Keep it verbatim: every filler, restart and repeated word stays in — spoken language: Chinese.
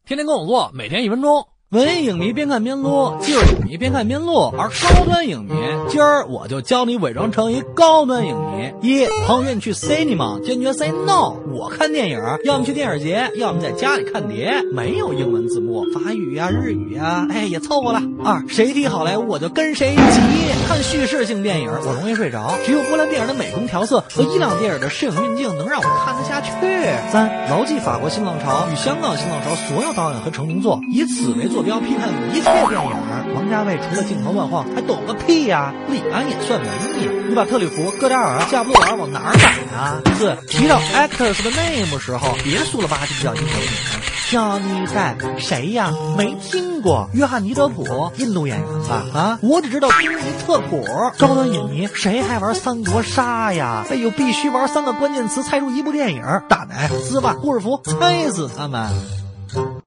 天天跟我做，每天一分钟。 文艺影迷边看边撸，技术影迷边看边撸，而高端影迷，今儿我就教你伪装成一高端影迷。一，朋友约你去 cinema， 坚决 say no。我看电影，要么去电影节，要么在家里看碟，没有英文字幕，法语呀、日语呀，哎，也凑合了。二，谁提好莱坞我就跟谁急。看叙事性电影，我容易睡着，只有波兰电影的美工调色和伊朗电影的摄影运镜能让我看得下去。三，牢记法国新浪潮与香港新浪潮所有导演和成名作，以此为坐标批判一切电影。王家卫除了镜头乱晃还懂个屁呀、啊！李安也算文艺，你把特里弗、戈达尔、夏布洛尔往哪儿摆啊？四，提到 actors 的 name 时候，别苏了吧唧叫英文名。Johnny Depp 谁呀？没听过。约翰尼德普，印度演员吧？啊，我只知道宾尼特普。高端影迷谁还玩三国杀呀？哎呦，必须玩三个关键词猜出一部电影。大奶、丝袜、护士服，猜死他们。